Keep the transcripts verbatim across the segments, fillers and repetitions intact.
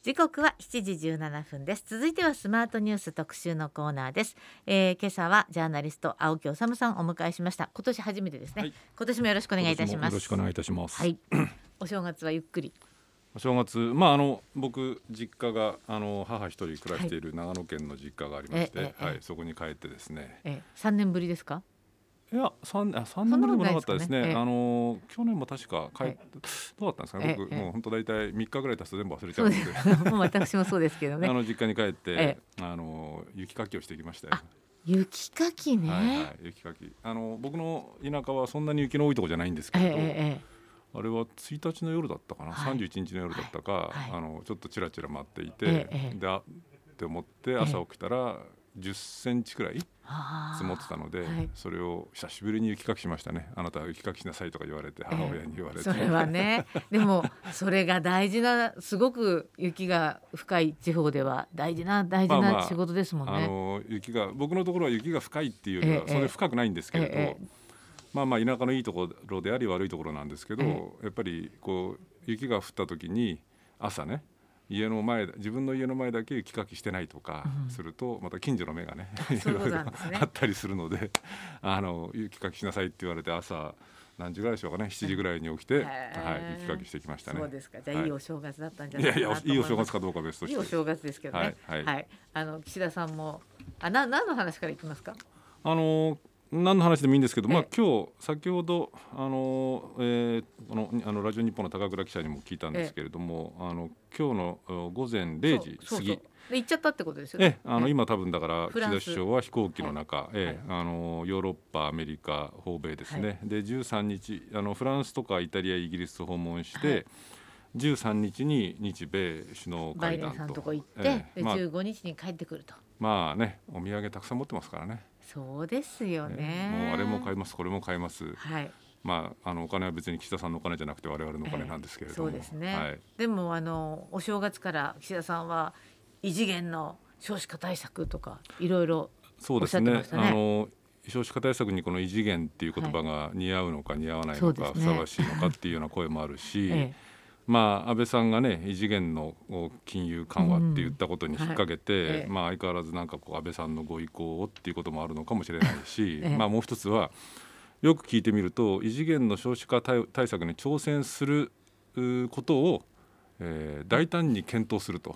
時刻はしちじじゅうななふんです。続いてはスマートニュース特集のコーナーです。えー、今朝はジャーナリスト青木治さんをお迎えしました。今年初めてですね、はい、今年もよろしくお願いいたします。 よろしくお願いいたします。 はい、お正月はゆっくり。 お正月、まあ、あの僕実家があの母一人暮らしている長野県の実家がありまして、はいはい、そこに帰ってですね、 えさんねんぶりですか？ いや 3, あ3年ぶりもなかったですね。 ね、 あの去年も確か帰って、どうだったんですかね。僕もう本当大体みっかぐらい経つと全部忘れちゃうので、 もう私もそうですけどね。 あの実家に帰って、あの雪かきをしてきましたよ。 雪かきね、 はいはい、雪かき。あの僕の田舎はそんなに雪の多いところじゃないんですけれど、ええあれはついたちの夜だったかな、はい、さんじゅういちにちの夜だったか、はいはい、あのちょっとちらちら待っていて、ええ、であって思って朝起きたらじゅっセンチくらい積もってたので、はい、それを久しぶりに雪かきしましたね。あなたは雪かきしなさいとか言われて、母親に言われて、 それはねでもそれが大事な、すごく雪が深い地方では大事な大事な仕事ですもんね。まあまあ、あの雪が僕のところは雪が深いっていうよりは、ええ、それ深くないんですけれど、ええ、まあまあ田舎のいいところであり悪いところなんですけど、ええ、やっぱりこう雪が降った時に朝ね、家の前自分の家の前だけ雪かきしてないとかすると、うん、また近所の目がねいろいろあったりするので、あの雪かきしなさいって言われて朝何時ぐらいでしょうかね、しちじぐらいに起きて、はい、雪かきしてきましたね。 そうですか。じゃあ、はい、いいお正月だったんじゃないかなと思います。 いやいや、いいお正月かどうかは別として、 いいお正月ですけどね。はい、はいはい、あの岸田さんもあな何の話からいきますか？ あの何の話でもいいんですけど、まあ、今日先ほどあの、えー、このあのラジオ日本の高倉記者にも聞いたんですけれども、あの今日のごぜんれいじ過ぎで行っちゃったってことですよね。 えあの今多分だから岸田首相は飛行機の中、はいえあのヨーロッパ、アメリカ、欧米ですね、はい、でじゅうさんにちあのフランスとかイタリア、イギリス訪問して、はい、じゅうさんにちに日米首脳会談とバイデンさんとこ行って、ええ、でじゅうごにちに帰ってくると。 まあね、お土産たくさん持ってますからね。 そうですよね。 もうあれも買います、これも買います。 はい。 まあ、あのお金は別に岸田さんのお金じゃなくて我々のお金なんですけれども、 えー、そうですね。 はい、 でもあのお正月から岸田さんは異次元の少子化対策とかいろいろおっしゃってましたね。 そうですね。あの少子化対策にこの異次元っていう言葉が似合うのか似合わないのか、はい、ふさわしいのかっていうような声もあるし、ええまあ、安倍さんがね異次元の金融緩和って言ったことに引っ掛けて、うんはいまあ、相変わらずなんかこう安倍さんのご意向をっていうこともあるのかもしれないし、ええまあ、もう一つはよく聞いてみると異次元の少子化対策に挑戦することを、えー、大胆に検討すると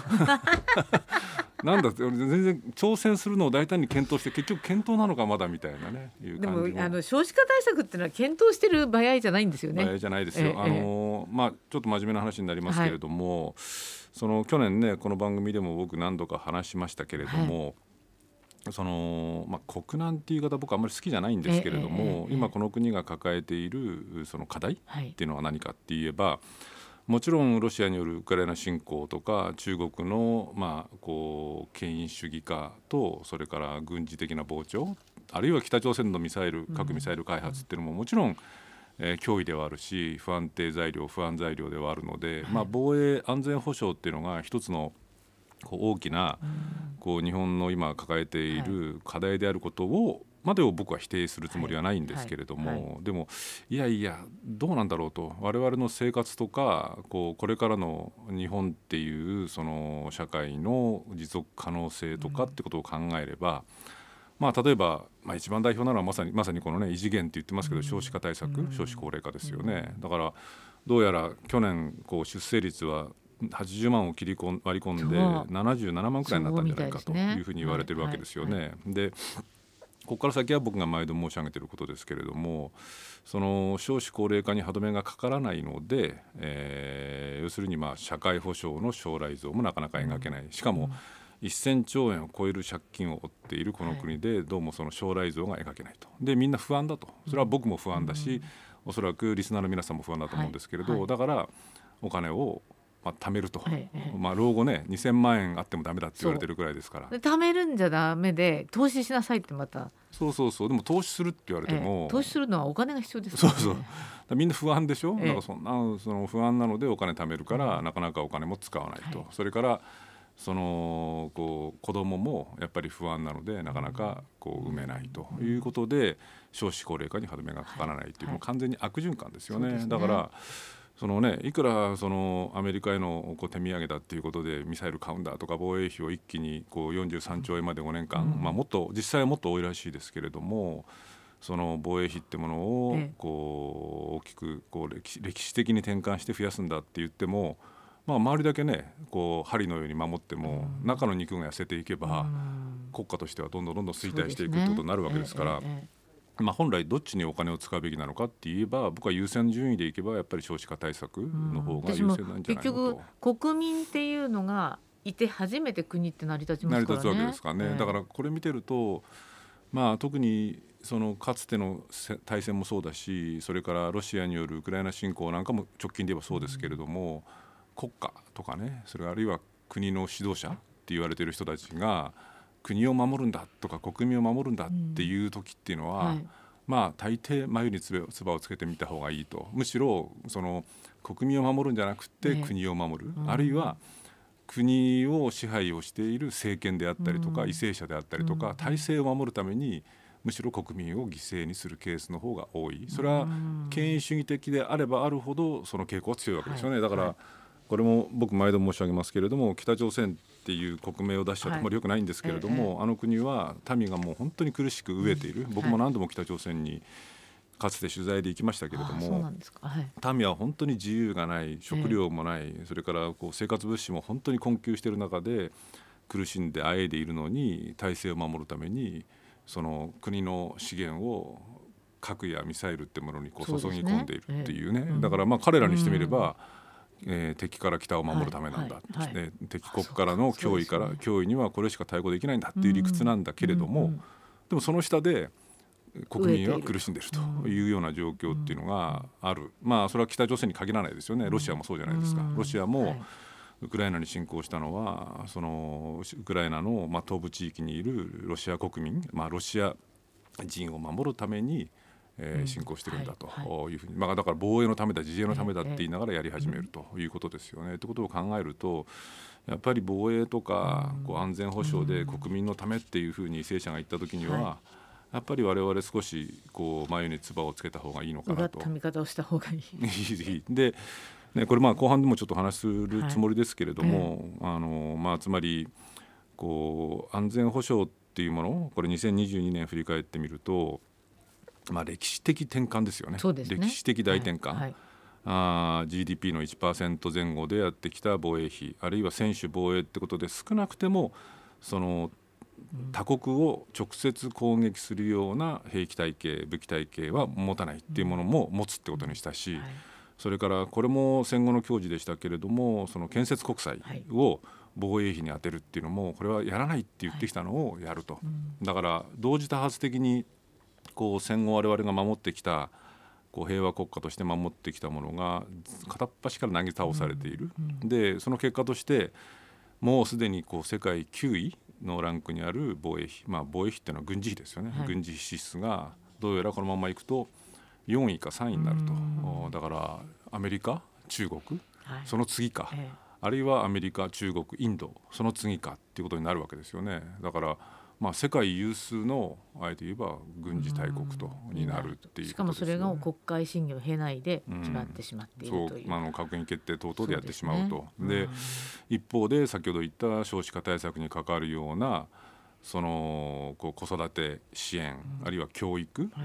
なんだ全然挑戦するのを大胆に検討して結局検討なのかまだみたいなねいう感じも。 でもあの少子化対策っていうのは検討してる場合じゃないんですよね。 場合じゃないですよ、ええあのまあ、ちょっと真面目な話になりますけれども、はい、その去年ねこの番組でも僕何度か話しましたけれども、はいそのまあ、国難っていう言い方僕あんまり好きじゃないんですけれども、えええ、今この国が抱えているその課題っていうのは何かって言えば、はいもちろんロシアによるウクライナ侵攻とか中国のまあこう権威主義化とそれから軍事的な膨張あるいは北朝鮮のミサイル核ミサイル開発っていうのももちろん、えー、脅威ではあるし不安定材料不安材料ではあるので、まあ、防衛安全保障っていうのが一つのこう大きなこう日本の今抱えている課題であることをまでを僕は否定するつもりはないんですけれども、はいはいはい、でもいやいやどうなんだろうと我々の生活とかこうこれからの日本っていうその社会の持続可能性とかってことを考えれば、うんまあ、例えば、まあ、一番代表なのはまさに、まさにこのね異次元って言ってますけど、うん、少子化対策、うん、少子高齢化ですよね、うん、だからどうやら去年こう出生率ははちじゅうまんを切り込ん割り込んでななじゅうななまんくらいになったんじゃないかというふうに言われてるわけですよね。はいはいはい、でここから先は僕が毎度申し上げていることですけれどもその少子高齢化に歯止めがかからないので、えー、要するにまあ社会保障の将来像もなかなか描けない、しかもせんちょうえんを超える借金を負っているこの国でどうもその将来像が描けないと。でみんな不安だと。それは僕も不安だし、おそらくリスナーの皆さんも不安だと思うんですけれど、はいはい、だからお金をまあ、貯めると、はいまあ、老後ねにせんまんえんあってもダメだって言われてるくらいですからで貯めるんじゃダメで投資しなさいってまたそうそうそうでも投資するって言われても、 ええ、投資するのはお金が必要ですからね。 そうそうみんな不安でしょ、ええ、だからそんなその不安なのでお金貯めるから、うん、なかなかお金も使わないと、はい、それからそのこう子供もやっぱり不安なのでなかなかこう産めないということで少子高齢化に歯止めがかからないという、はい、もう完全に悪循環ですよね。だからそのね、いくらそのアメリカへのこう手土産だっていうことでミサイル買うんだとか防衛費を一気にこうよんじゅうさんちょうえんまでごねんかん、 うんまあ、もっと実際はもっと多いらしいですけれども、その防衛費ってものをこう大きくこう歴史、歴史的に転換して増やすんだって言っても、まあ、周りだけねこう針のように守っても、うん、中の肉が痩せていけば、うん、国家としてはどんどんどんどん衰退していくってことになるわけですから、まあ、本来どっちにお金を使うべきなのかって言えば、僕は優先順位でいけばやっぱり少子化対策の方が優先なんじゃないのと、 結局国民っていうのがいて初めて国って成り立ちますからね。 成り立つわけですからね、えー、だからこれ見てると、まあ、特にそのかつての大戦もそうだし、それからロシアによるウクライナ侵攻なんかも直近で言えばそうですけれども、うん、国家とかね、それあるいは国の指導者って言われている人たちが国を守るんだとか国民を守るんだっていう時っていうのは、うん、はい、まあ大抵眉につばをつけてみた方がいいと。むしろその国民を守るんじゃなくて国を守る、えー、あるいは国を支配をしている政権であったりとか、うん、為政者であったりとか、体制を守るためにむしろ国民を犠牲にするケースの方が多い。それは権威主義的であればあるほどその傾向は強いわけですよね、はい、だからこれも僕毎度申し上げますけれども、北朝鮮っていう国名を出しちゃってあまり良くないんですけれども、はい、あの国は民がもう本当に苦しく飢えている、うん、僕も何度も北朝鮮にかつて取材で行きましたけれども、 そうなんですか、はい、 民は本当に自由がない、食料もない、それからこう生活物資も本当に困窮している中で苦しんであえいでいるのに、体制を守るためにその国の資源を核やミサイルってものにこう注ぎ込んでいるっていうね、だからまあ彼らにしてみれば、うん、えー、敵から北を守るためなんだ、はいはいはい、敵国からの脅威から、ね、脅威にはこれしか対抗できないんだっていう理屈なんだけれども、うんうんうん、でもその下で国民は苦しんでいるというような状況っていうのがある、うん、まあそれは北朝鮮に限らないですよね。ロシアもそうじゃないですか、うん、ロシアもウクライナに侵攻したのはそのウクライナのまあ東部地域にいるロシア国民、まあ、ロシア人を守るためにえー、侵攻してるんだというふうに、まあ、だから防衛のためだ自衛のためだって言いながらやり始めるということですよね。ということを考えると、やっぱり防衛とかこう安全保障で国民のためっていうふうに政者が言った時には、やっぱり我々少しこう眉に唾をつけた方がいいのかなと。 うがった見方をした方がいいで、ね、これまあ後半でもちょっと話するつもりですけれども、はい、あのまあ、つまりこう安全保障っていうもの、これにせんにじゅうにねん振り返ってみると、まあ、歴史的転換ですよね。 そうですね、 歴史的大転換、 はいはい、 あ ジーディーピー の いちパーセント 前後でやってきた防衛費、あるいは専守防衛ってことで少なくてもその他国を直接攻撃するような兵器体系武器体系は持たないっていうものも持つってことにしたし、うんはい、それからこれも戦後の矜持でしたけれども、その建設国債を防衛費に充てるっていうのもこれはやらないって言ってきたのをやると、はい、うん、だから同時多発的にこう戦後我々が守ってきたこう平和国家として守ってきたものが片っ端からなぎ倒されている、うんうん、でその結果としてもうすでにこう世界きゅういのランクにある防衛費、まあ、防衛費っていうのは軍事費ですよね、はい、軍事費支出がどうやらこのままいくとよんいかさんいになると、うん、だからアメリカ中国、はい、その次か、ええ、あるいはアメリカ中国インドその次かっていうことになるわけですよね。だからまあ、世界有数のあえて言えば軍事大国とになるっていうことですよね。 しかもそれが国会審議を経ないで決まってしまっているという、 そう、まあ、の閣議決定等々でやってしまうと。で、ね、で一方で先ほど言った少子化対策に関わるようなそのこう子育て支援、うん、あるいは教育、はい、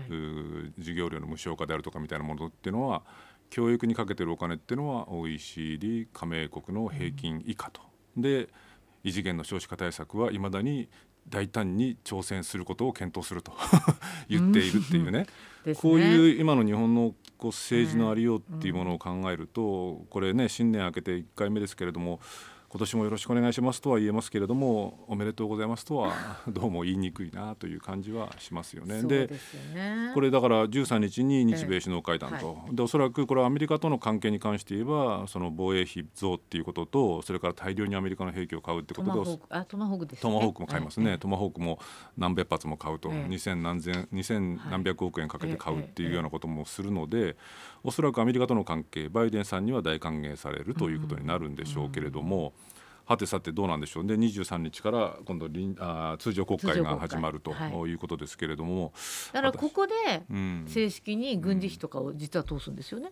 授業料の無償化であるとかみたいなものっていうのは教育にかけてるお金っていうのは オーイーシーディー 加盟国の平均以下と、うん、で異次元の少子化対策はいまだに大胆に挑戦することを検討すると言っているっていうね、うん、こういう今の日本のこう政治のありようっていうものを考えると、うん、これね新年明けていっかいめですけれども、今年もよろしくお願いしますとは言えますけれども、おめでとうございますとはどうも言いにくいなという感じはしますよね。 そうですよね。 でこれだからじゅうさんにちに日米首脳会談と、えーはい、でおそらくこれはアメリカとの関係に関して言えばその防衛費増っていうことと、それから大量にアメリカの兵器を買うってことで、 トマホーク、あ、トマホークですね。 トマホークも買いますね、えー、トマホークも何百発も買うと、えー、にせん何千、にせん何百億円かけて買うっていうようなこともするので、えーえー、おそらくアメリカとの関係バイデンさんには大歓迎されるということになるんでしょうけれども、うんうん、はてさてどうなんでしょう。でにじゅうさんにちから今度あ通常国会が始まるということですけれども、 はい、だからここで正式に軍事費とかを実は通すんですよね、 うん、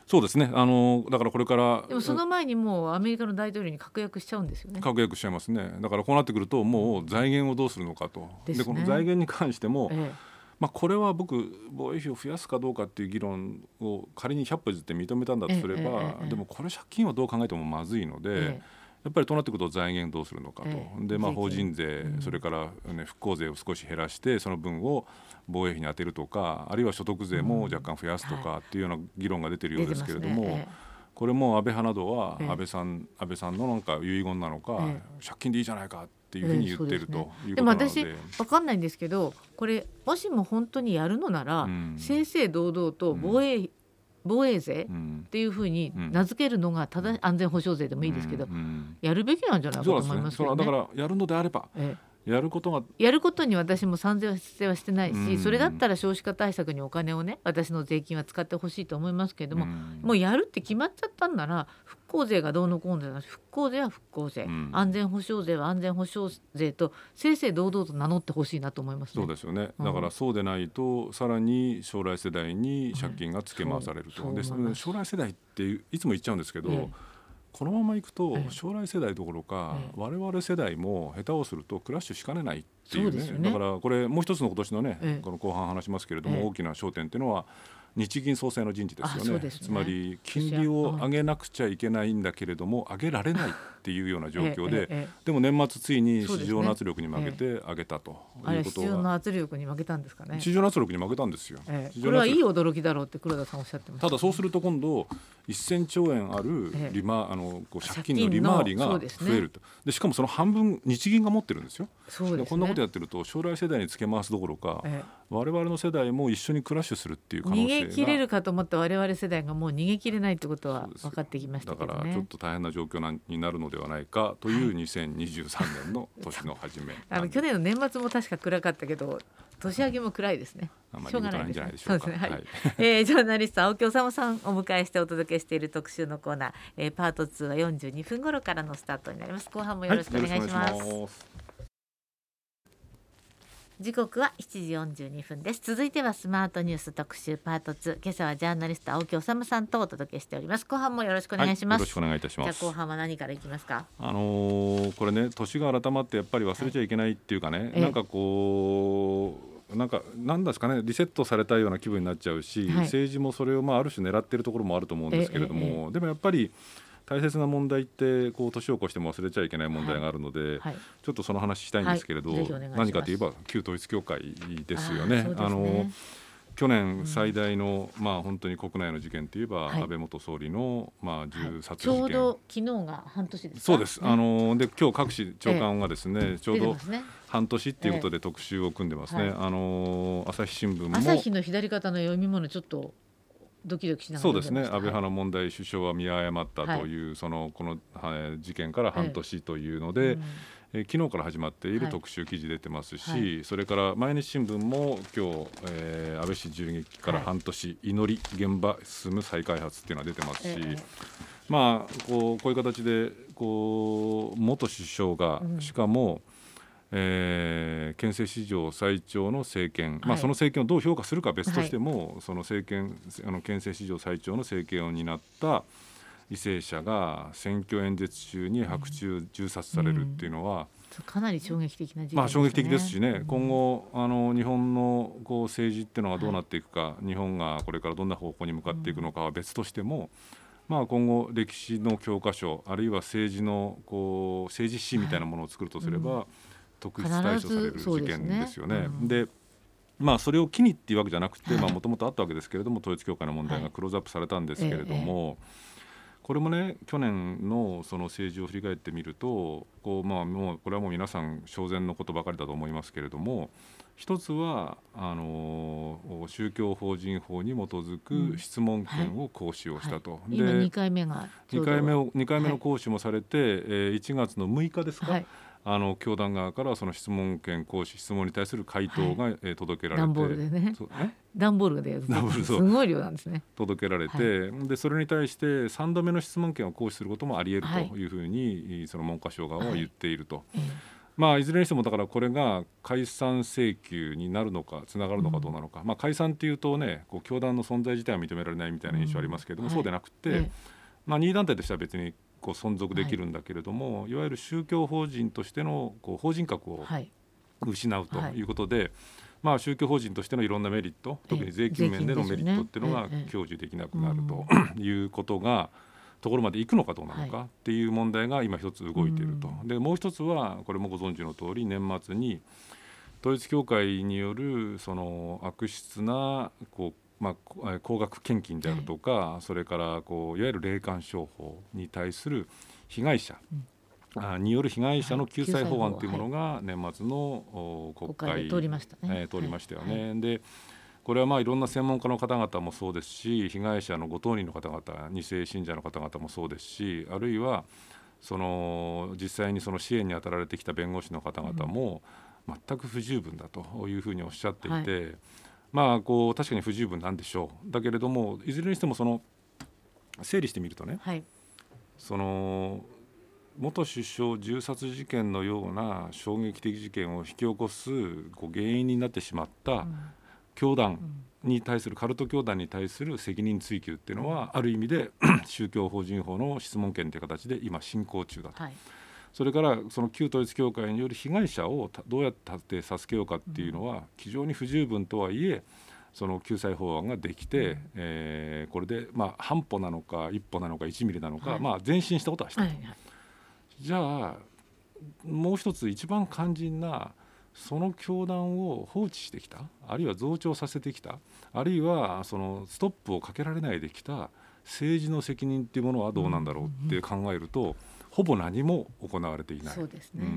そうですね。あのだからこれからでもその前にもうアメリカの大統領に確約しちゃうんですよね。 確約しちゃいますね。だからこうなってくるともう財源をどうするのかと、 ですね。 でこの財源に関しても、 ええ、 まあ、これは僕防衛費を増やすかどうかっていう議論を仮にひゃっぽ譲って認めたんだとすれば、 ええええ、 でもこれ借金はどう考えてもまずいので、 ええ、 やっぱりとなってくると財源どうするのかと、 ええ、 で、まあ、 税金法人税、 うん、 それから、ね、復興税を少し減らしてその分を防衛費に充てるとか、あるいは所得税も若干増やすとかっていうような議論が出ているようですけれども、 出てますね。ええ、 これも安倍派などはええ、 安倍さん、安倍さんのなんか遺言なのか、 ええ、 借金でいいじゃないかっていうふうに言っているということでもなので、 私分かんないんですけど、これもしも本当にやるのなら、 うん、 正々堂々と防衛、うん、防衛税っていうふうに名付けるのがただ安全保障税でもいいですけど、 うんうん、 やるべきなんじゃないかと思いますけどね。 そうですね。それはだからやるのであれば、ええ、やることがやることに私も賛成はしてないし、それだったら少子化対策にお金をね、私の税金は使ってほしいと思いますけれども、もうやるって決まっちゃったんなら復興税がどうのこうのじゃなくて、復興税は復興税、安全保障税は安全保障税と正々堂々と名乗ってほしいなと思いますね。 そうですよね。だからそうでないとさらに将来世代に借金が付け回されると、うん、で将来世代っていつも言っちゃうんですけど、ええ、このままいくと将来世代どころか、ええ、我々世代も下手をするとクラッシュしかねないっていう ね, うねだからこれもう一つの今年のね、ええ、この後半話しますけれども、ええ、大きな焦点っていうのは日銀総裁の人事ですよ ね, ねつまり金利を上げなくちゃいけないんだけれども上げられないっていうような状況で、ええええ、でも年末ついに市場の圧力に負けて上げたということは、 あれ市場の圧力に負けたんですかね。 市場の圧力に負けたんですよ、 ええ、これはいい驚きだろうって黒田さんおっしゃってました、ね、 ただそうすると今度せんちょうえんある利、ま、あのこう借金の利回りが増えると。 で, でしかもその半分日銀が持ってるんですよ。 そうですね、 こんなことやってると将来世代につけ回すどころか、ええ、我々の世代も一緒にクラッシュするっていう可能性が逃げ切れるかと思った我々世代がもう逃げ切れないってことは分かってきましたけどね。 だからちょっと大変な状況になるのではないかというにせんにじゅうさんねんの年の初めあの去年の年末も確か暗かったけど年明けも暗いですね。 しょうがないんじゃないでしょうか。 そうですね、はい。えー、ジャーナリスト青木治さんをお迎えしてお届けしている特集のコーナー、えー、パートツーはよんじゅうにふん頃からのスタートになります。後半もよろしくお願いします。はい、時刻はしちじよんじゅうにふんです。続いてはスマートニュース特集パートツー、今朝はジャーナリスト青木治さんとお届けしております。後半もよろしくお願いします。はい、 よろしくお願いいたします。 じゃあ後半は何からいきますか。 あのー、これね年が改まってやっぱり忘れちゃいけないっていうかね、はい、なんかこうなんかなんですかねリセットされたような気分になっちゃうし、はい、政治もそれをまあある種狙っているところもあると思うんですけれども、えええ、でもやっぱり大切な問題ってこう年を越しても忘れちゃいけない問題があるので、はいはい、ちょっとその話したいんですけれど、はい、何かといえば旧統一教会ですよね。あの去年最大の、うんまあ、本当に国内の事件といえば、はい、安倍元総理の、まあ、銃殺事件、 ちょうど昨日が半年ですか。 そうです、ね、あので今日各紙長官がですね、ええ、ちょうど半年っていうことで特集を組んでますね、ええ、あの朝日新聞も朝日の左肩の読み物ちょっとドキドキしながらそうですね、安倍派の問題、首相は見誤ったという、はい、そのこの、はい、事件から半年というので、ええうんえー、昨日から始まっている特集記事出てますし、はい、それから毎日新聞も今日、えー、安倍氏銃撃から半年、はい、祈り現場進む再開発っていうのが出てますし、えー、まあこう、こういう形でこう元首相が、うん、しかもえー、憲政史上最長の政権、はいまあ、その政権をどう評価するかは別としても、はい、その政権あの憲政史上最長の政権を担った為政者が選挙演説中に白昼銃殺されるっていうのは、 うん、かなり衝撃的な事件ですね。 まあ、衝撃的ですしね、うん、今後あの日本のこう政治っていうのがどうなっていくか、はい、日本がこれからどんな方向に向かっていくのかは別としても、うんまあ、今後歴史の教科書あるいは政治のこう政治史みたいなものを作るとすれば、はいうん特筆対処される事件ですよね。で、まあ、それを機にっていうわけじゃなくてもともとあったわけですけれども統一教会の問題がクローズアップされたんですけれども、はいええ、これもね去年 の, その政治を振り返ってみるとこう、まあ、もうこれはもう皆さん正然のことばかりだと思いますけれども一つはあの宗教法人法に基づく質問権を行使をしたと、 うんはい、で今にかいめがにかいめをにかいめの行使もされて、はいえー、いちがつのむいかですか、はいあの教団側からその質問権行使質問に対する回答が、はいえー、届けられて段ボールでね段ボールが出るすごい量なんですね。 届けられて、はい、でそれに対してさんどめの質問権を行使することもあり得るというふうに、はい、その文科省側は言っていると、はいまあ、いずれにしてもだからこれが解散請求になるのかつながるのかどうなのか、うんまあ、解散っていうとねこう教団の存在自体は認められないみたいな印象ありますけれども、うんはい、そうでなくて、ええまあ、任意団体としては別にこう存続できるんだけれども、はい、いわゆる宗教法人としてのこう法人格を失うということで、はいまあ、宗教法人としてのいろんなメリット特に税金面でのメリットっていうのが享受できなくなるということがところまで行くのかどうなのかっていう問題が今一つ動いていると。でもう一つはこれもご存知の通り年末に統一教会によるその悪質なこうまあ、高額献金であるとか、はい、それからこういわゆる霊感商法に対する被害者、うん、による被害者の救済法案というものが年末の国会で通りましたね。 えー、通りましたよね。はい、でこれはまあいろんな専門家の方々もそうですし被害者のご当人の方々に世信者の方々もそうですしあるいはその実際にその支援に当たられてきた弁護士の方々も全く不十分だというふうにおっしゃっていて、はいまあ、こう確かに不十分なんでしょう。だけれどもいずれにしてもその整理してみるとね、はい、その元首相銃殺事件のような衝撃的事件を引き起こすこう原因になってしまった教団に対するカルト教団に対する責任追及っていうのはある意味で宗教法人法の質問権という形で今進行中だと。はいそれからその旧統一教会による被害者をどうやって助けようかっていうのは非常に不十分とはいえその救済法案ができて、えー、これでまあ半歩なのか一歩なのかいちミリなのか、はいまあ、前進したことはしたと、はいはい、じゃあもう一つ一番肝心なその教団を放置してきたあるいは増長させてきたあるいはそのストップをかけられないできた政治の責任っていうものはどうなんだろうって考えると、うんうんほぼ何も行われていない。 そうですね。うん、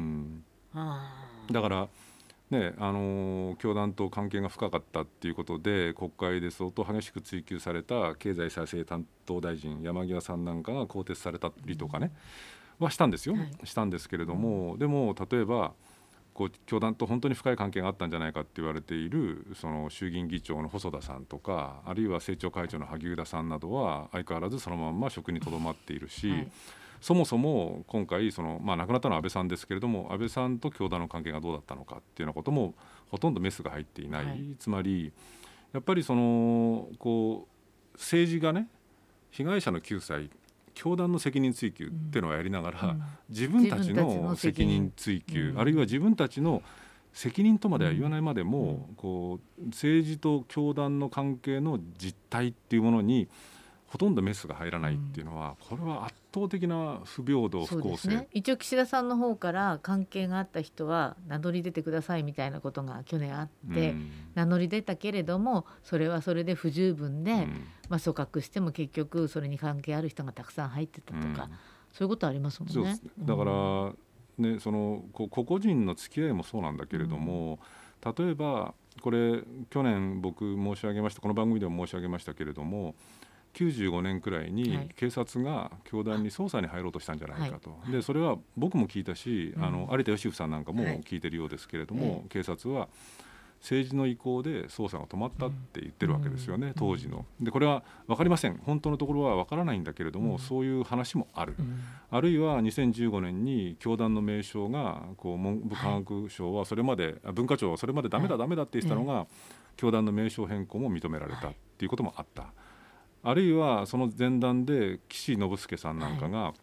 あだからね、あの教団と関係が深かったっていうことで国会で相当激しく追及された経済再生担当大臣山際さんなんかが更迭されたりとかね、うん、はしたんですよ、はい、したんですけれども、うん、でも例えばこう教団と本当に深い関係があったんじゃないかって言われているその衆議院議長の細田さんとかあるいは政調会長の萩生田さんなどは相変わらずそのまま職にとどまっているし、はいそもそも今回その、まあ、亡くなったのは安倍さんですけれども安倍さんと教団の関係がどうだったのかっていうようなこともほとんどメスが入っていない、はい、つまりやっぱりそのこう政治がね被害者の救済教団の責任追及っていうのをやりながら、うん、自分たちの責任追及、うん、あるいは自分たちの責任とまでは言わないまでも、うん、こう政治と教団の関係の実態っていうものにほとんどメスが入らないっていうのは、うん、これは圧倒的な不平等不公正、ね、 一応岸田さんの方から関係があった人は名乗り出てくださいみたいなことが去年あって、うん、名乗り出たけれどもそれはそれで不十分で、うんまあ、組閣しても結局それに関係ある人がたくさん入ってたとか、うん、そういうことありますもんね。 そうですね。だから、ね、その個々人の付き合いもそうなんだけれども、うん、例えばこれ去年僕申し上げましたこの番組でも申し上げましたけれどもきゅうじゅうごねんくらいに警察が教団に捜査に入ろうとしたんじゃないかと、はい、でそれは僕も聞いたし、うん、あの有田芳生さんなんかも聞いてるようですけれども、はい、警察は政治の意向で捜査が止まったって言ってるわけですよね、うん、当時のでこれは分かりません本当のところは分からないんだけれども、うん、そういう話もある、うん、あるいはにせんじゅうごねんに教団の名称がこう文部科学省はそれまで、はい、文化庁はそれまでダメだダメだって言ってたのが、はい、教団の名称変更も認められたっていうこともあった、はいあるいはその前段で岸信介さんなんかが、はい、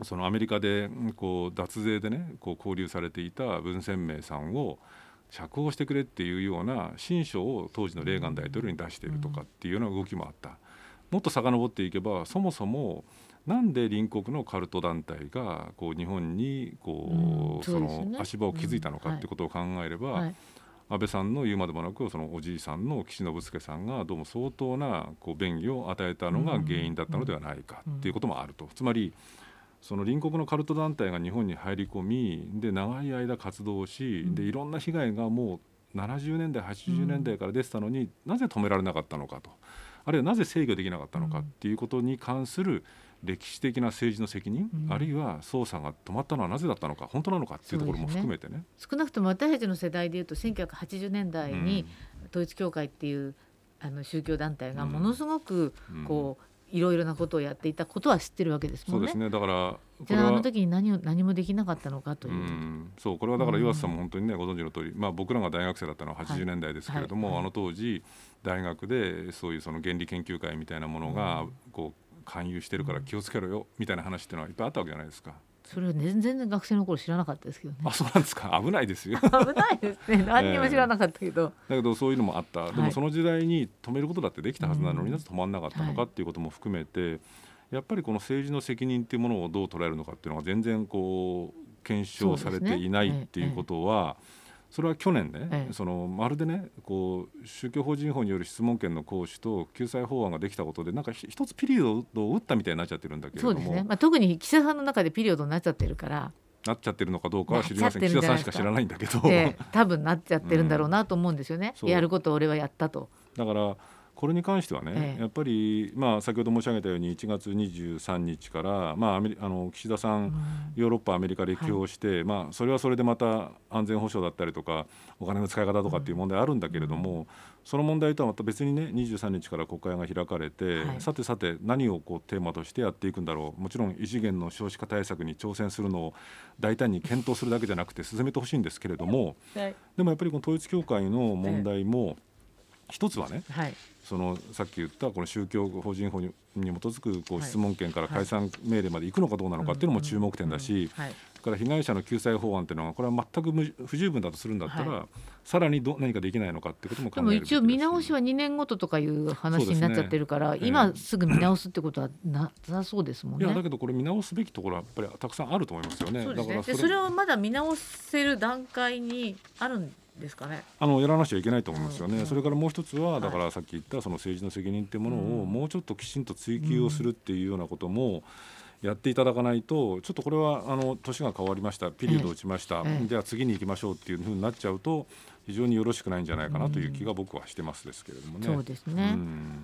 そのアメリカでこう脱税でねこう交流されていた文鮮明さんを釈放してくれっていうような親書を当時のレーガン大統領に出しているとかっていうような動きもあった。もっと遡っていけばそもそもなんで隣国のカルト団体がこう日本にこう、うん、その足場を築いたのかっていうことを考えれば、うんはいはい安倍さんの言うまでもなくそのおじいさんの岸信介さんがどうも相当なこう便宜を与えたのが原因だったのではないかっていうこともあると、つまりその隣国のカルト団体が日本に入り込みで長い間活動しでいろんな被害がもうななじゅうねんだいはちじゅうねんだいから出てたのになぜ止められなかったのかとあるいはなぜ制御できなかったのかっていうことに関する歴史的な政治の責任、うん、あるいは捜査が止まったのはなぜだったのか本当なのかっていうところも含めて ね, ね少なくとも私たちの世代でいうとせんきゅうひゃくはちじゅうねんだいに統一教会っていうあの宗教団体がものすごくこういろいろなことをやっていたことは知ってるわけですもんね。 そうですね。だからじゃああの時に何を何もできなかったのかという。 うん、そうこれはだから岩瀬さんも本当にねご存知の通り、まあ、僕らが大学生だったのははちじゅうねんだいですけれども、 はいはいはい、 あの当時大学でそういうその原理研究会みたいなものがこう勧誘してるから気をつけろよみたいな話っていうのはいっぱいあったわけじゃないですか。 それは全然学生の頃知らなかったですけどね。 あ、そうなんですか。危ないですよ危ないですね。何にも知らなかったけど、 えー、だけどそういうのもあった、 はい、 でもその時代に止めることだってできたはずなのになぜ止まんなかったのかっていうことも含めて、はい、やっぱりこの政治の責任っていうものをどう捉えるのかっていうのが全然こう検証されていないっていうことは、それは去年ね、ええ、そのまるでねこう宗教法人法による質問権の行使と救済法案ができたことでなんか一つピリオドを打ったみたいになっちゃってるんだけれども、 そうですね、まあ、特に岸田さんの中でピリオドになっちゃってるからなっちゃってるのかどうかは知りません。岸田さんしか知らないんだけど、 ええ、多分なっちゃってるんだろうなと思うんですよね、うん、やることを俺はやったと。 だからこれに関してはね、ええ、やっぱり、まあ、先ほど申し上げたようにいちがつにじゅうさんにちから、まあ、アメリあの岸田さん、うん、ヨーロッパアメリカ歴訪して、はい、まあ、それはそれでまた安全保障だったりとかお金の使い方とかっていう問題あるんだけれども、うん、その問題とはまた別にねにじゅうさんにちから国会が開かれて、はい、さてさて何をこうテーマとしてやっていくんだろう。もちろん異次元の少子化対策に挑戦するのを大胆に検討するだけじゃなくて進めてほしいんですけれども、はい、でもやっぱりこの統一教会の問題も、はい、一つはね、はい、そのさっき言ったこの宗教法人法に基づくこう質問権から解散命令まで行くのかどうなのかっていうのも注目点だし、それから被害者の救済法案っていうのはこれは全く不十分だとするんだったら、はい、さらにど何かできないのかっていうことも考えるべきだし。でも一応見直しはにねんごととかいう話になっちゃってるから、ね、今すぐ見直すってことはなさそうですもんね。 いやだけどこれ見直すべきところはやっぱりたくさんあると思いますよね。 そうですね。 だからそれ、それをまだ見直せる段階にあるんですかね。 あのやらなきゃいけないと思いますよね、うんうん、それからもう一つはだからさっき言ったその政治の責任っていうものをもうちょっときちんと追及をするっていうようなこともやっていただかないと、ちょっとこれはあの年が変わりました、ピリオド打ちました、ええ、じゃあ次に行きましょうっていう風になっちゃうと非常によろしくないんじゃないかなという気が僕はしてますですけれどもね。 そうですね、うん、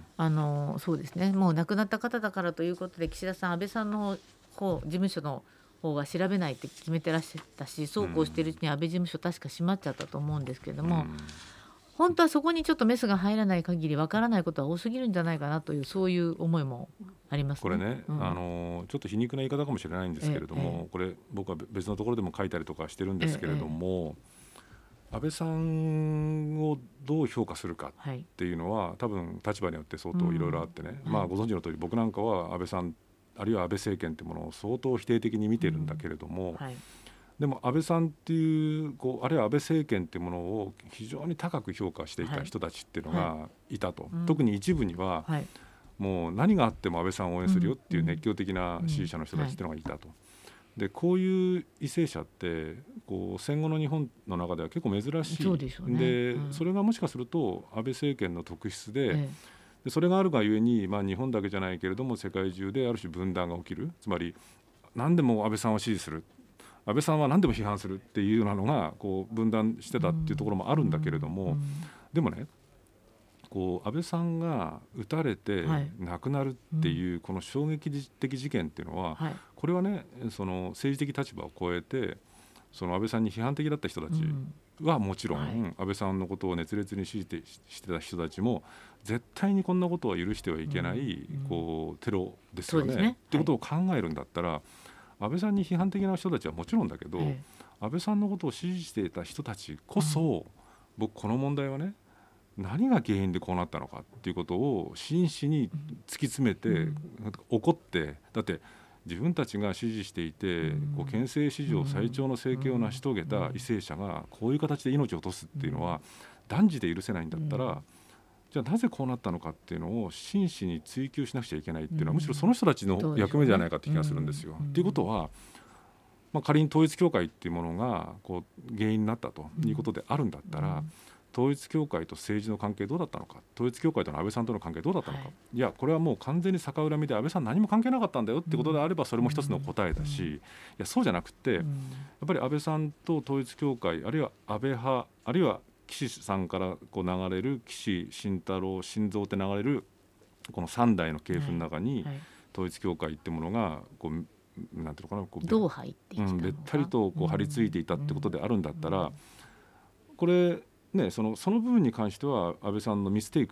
あのそうですね、もう亡くなった方だからということで岸田さん安倍さんの方事務所の方が調べないって決めてらっしゃったし、そうこうしているうちに安倍事務所確か閉まっちゃったと思うんですけれども、うん、本当はそこにちょっとメスが入らない限りわからないことは多すぎるんじゃないかなというそういう思いもありますね。 これね、うん、あのちょっと皮肉な言い方かもしれないんですけれども、ええ、これ僕は別のところでも書いたりとかしてるんですけれども、ええ、安倍さんをどう評価するかっていうのは、はい、多分立場によって相当いろいろあってね、うん、まあ、ご存知の通り僕なんかは安倍さんあるいは安倍政権というものを相当否定的に見てるんだけれども、うん、はい、でも安倍さんっていう、こうあるいは安倍政権っていうものを非常に高く評価していた人たちっていうのがいたと、はいはい、特に一部には、はい、もう何があっても安倍さんを応援するよっていう熱狂的な支持者の人たちっていうのがいたと。でこういう為政者ってこう戦後の日本の中では結構珍しい。 そうでしょうね。 で、 うん、 それがもしかすると安倍政権の特質で、ええ、でそれがあるがゆえに、まあ、日本だけじゃないけれども世界中である種分断が起きる。つまり何でも安倍さんを支持する、安倍さんは何でも批判するっていうようなのがこう分断してたっていうところもあるんだけれども、うんうん、でもねこう安倍さんが撃たれて亡くなるっていうこの衝撃的事件っていうのは、はい、これはねその政治的立場を超えてその安倍さんに批判的だった人たちはもちろん、うん、安倍さんのことを熱烈に支持してた人たちも絶対にこんなことは許してはいけない、うん、こうテロですよね。っていうことを考えるんだったら、はい、安倍さんに批判的な人たちはもちろんだけど、ええ、安倍さんのことを支持していた人たちこそ、うん、僕この問題はね何が原因でこうなったのかっていうことを真摯に突き詰めて、うん、怒ってだって自分たちが支持していて、うん、こう憲政史上最長の政権を成し遂げた為政者がこういう形で命を落とすっていうのは断じて許せないんだったら、うん、じゃあなぜこうなったのかっていうのを真摯に追求しなくちゃいけないっていうのは、うん、むしろその人たちの役目じゃないかって気がするんですよ。っていうことは、まあ、仮に統一教会っていうものがこう原因になったということであるんだったら、うん、統一教会と政治の関係どうだったのか、統一教会との安倍さんとの関係どうだったのか、はい、いやこれはもう完全に逆恨みで安倍さん何も関係なかったんだよってことであればそれも一つの答えだし、うん、いやそうじゃなくて、うん、やっぱり安倍さんと統一教会あるいは安倍派あるいは岸さんからこう流れる岸慎太郎晋三って流れるこのさん代の系譜の中に、はいはい、統一教会ってものがこうなんていうのかなこうどう入っていったのか、うん、 べったりとこう張り付いていたってことであるんだったら、これね、その、その部分に関しては安倍さんのミステイク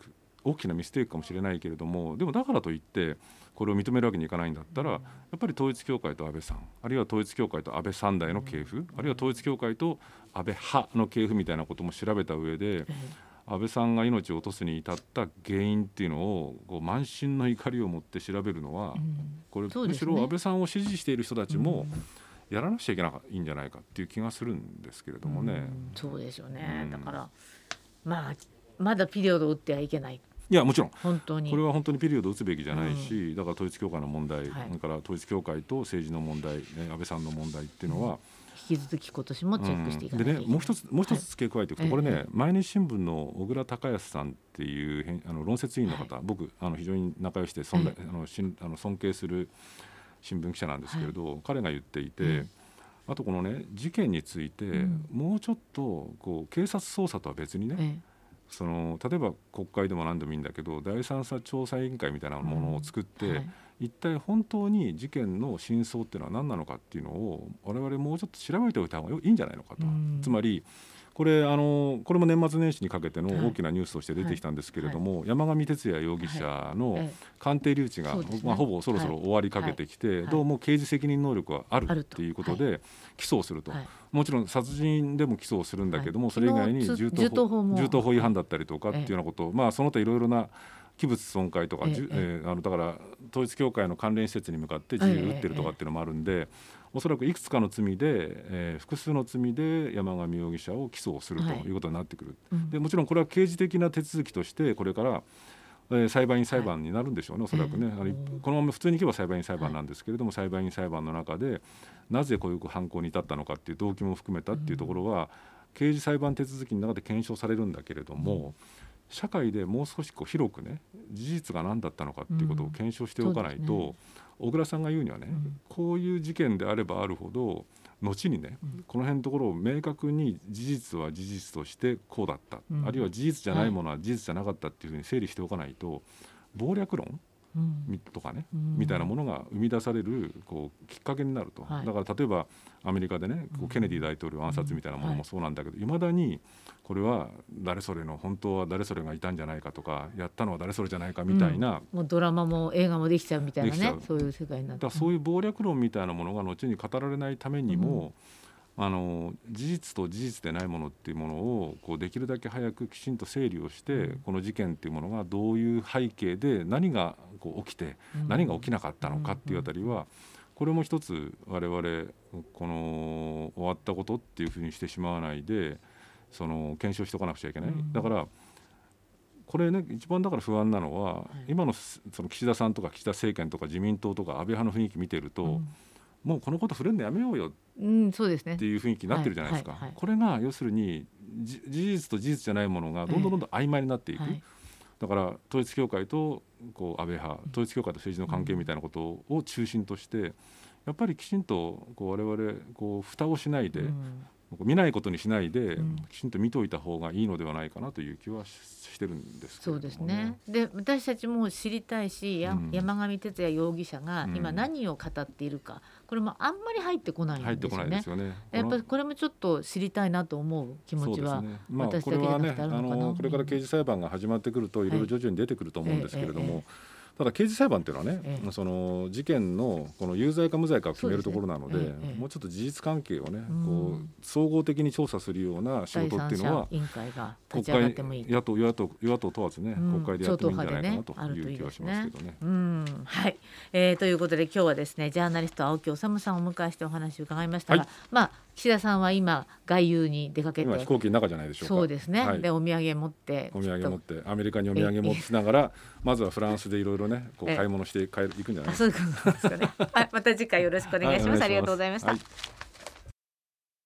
大きなミステイクかもしれないけれども、でもだからといってこれを認めるわけにいかないんだったら、やっぱり統一教会と安倍さん、あるいは統一教会と安倍三代の系譜、あるいは統一教会と安倍派の系譜みたいなことも調べた上で、安倍さんが命を落とすに至った原因っていうのをこう満身の怒りを持って調べるのは、これむしろ安倍さんを支持している人たちもやらなくちゃいけないんじゃないかっていう気がするんですけれどもね。 うん、そうですよね、うん、だからまあまだピリオドを打ってはいけない。 いやもちろん本当にこれは本当にピリオドを打つべきじゃないし、 うん、 だから統一教会の問題、はい、それから統一教会と政治の問題、ね、安倍さんの問題っていうのは、うん、 引き続き今年もチェックしていかないといけない、 うん、でねもう一つもう一つ付け加えていくと、はい、これね、ええ、毎日新聞の小倉隆康さんっていうあの論説委員の方、はい、僕あの非常に仲良しで尊、ええ、あのしんあの尊敬する新聞記者なんですけれど、はい、彼が言っていて、うん、あとこのね事件について、うん、もうちょっとこう警察捜査とは別にね、ええその例えば国会でも何でもいいんだけど第三者調査委員会みたいなものを作って、うんはい、一体本当に事件の真相っていうのは何なのかっていうのを我々もうちょっと調べておいた方がいいんじゃないのかと、うん、つまりこれあのこれも年末年始にかけての大きなニュースとして出てきたんですけれども、はいはい、山上徹也容疑者の鑑定留置が、はいまあ、ほぼそろそろ終わりかけてきて、はいはい、どうも刑事責任能力はあるっていうことで起訴をすると、はい、もちろん殺人でも起訴をするんだけども、はい、それ以外に銃刀法、銃刀法違反だったりとかっていうようなことを、まあ、その他いろいろな器物損壊とか、えええー、あのだから統一教会の関連施設に向かって銃を撃ってるとかっていうのもあるんで、ええおそらくいくつかの罪で、えー、複数の罪で山上容疑者を起訴をするということになってくる、はい、でもちろんこれは刑事的な手続きとしてこれから、えー、裁判員裁判になるんでしょうね、はい、おそらくね、えー、このまま普通にいけば裁判員裁判なんですけれども、はい、裁判員裁判の中でなぜこういう犯行に至ったのかっていう動機も含めたっていうところは、うん、刑事裁判手続きの中で検証されるんだけれども、うん、社会でもう少しこう広くね事実が何だったのかっていうことを検証しておかないと、うん小倉さんが言うにはね、うん、こういう事件であればあるほど後にね、うん、この辺のところを明確に事実は事実としてこうだった、うん、あるいは事実じゃないものは事実じゃなかったっていうふうに整理しておかないと、謀略論、うん、とかね、うん、みたいなものが生み出されるこうきっかけになると、はい、だから例えばアメリカでねこうケネディ大統領暗殺みたいなものもそうなんだけど、いまだにこれは誰それの本当は誰それがいたんじゃないかとかやったのは誰それじゃないかみたいな、 うん、もうドラマも映画もできちゃうみたいなね、そういう世界になって、 だからそういう謀略論みたいなものが後に語られないためにも、うん、あの事実と事実でないものっていうものをこうできるだけ早くきちんと整理をして、うん、この事件っていうものがどういう背景で何がこう起きて、うん、何が起きなかったのかっていうあたりは、これも一つ我々この終わったことっていうふうにしてしまわないでその検証しておかなくちゃいけない、うん、だからこれね一番だから不安なのは、はい、今のその岸田さんとか岸田政権とか自民党とか安倍派の雰囲気見てると、うん、もうこのこと触れるのやめようよっていう雰囲気になってるじゃないですか、うんそうですねはいはいはい、これが要するに事実と事実じゃないものがどんどんどんどん曖昧になっていく、はい、だから統一教会とこう安倍派統一教会と政治の関係みたいなことを中心としてやっぱりきちんとこう我々こう蓋をしないで、うん見ないことにしないで、うん、きちんと見といた方がいいのではないかなという気はしてるんですけれども、ね、そうですね。 で私たちも知りたいし、うん、山上徹也容疑者が今何を語っているか、うん、これもあんまり入ってこないんですよね。入ってこないですよね。やっぱりこれもちょっと知りたいなと思う気持ちは、ねまあ、私だけじゃなくてあるのかな。これはね、あのこれから刑事裁判が始まってくるといろいろ徐々に出てくると思うんですけれども、はいええええただ刑事裁判というのはね、ええ、その事件のこの有罪か無罪かを決めるところなので、ええ、もうちょっと事実関係をね、こう総合的に調査するような仕事っていうのは委員会が立ち上がってもいい、 野党与野党与野党問わずね、うん、国会でやってもいいんじゃないかなという気がしますけどね。 うんはい、えー、ということで今日はですねジャーナリスト青木治さんをお迎えしてお話を伺いましたが、はい、まあ岸田さんは今外遊に出かけて今飛行機の中じゃないでしょうか。 そうですね、はい、でお土産持ってお土産持ってアメリカにお土産持ちながらまずはフランスでいろいろねこう買い物して帰る行くんじゃないですか。 あ、そういうことですかね。はい、また次回よろしくお願いします。はい、ありがとうございました。はい。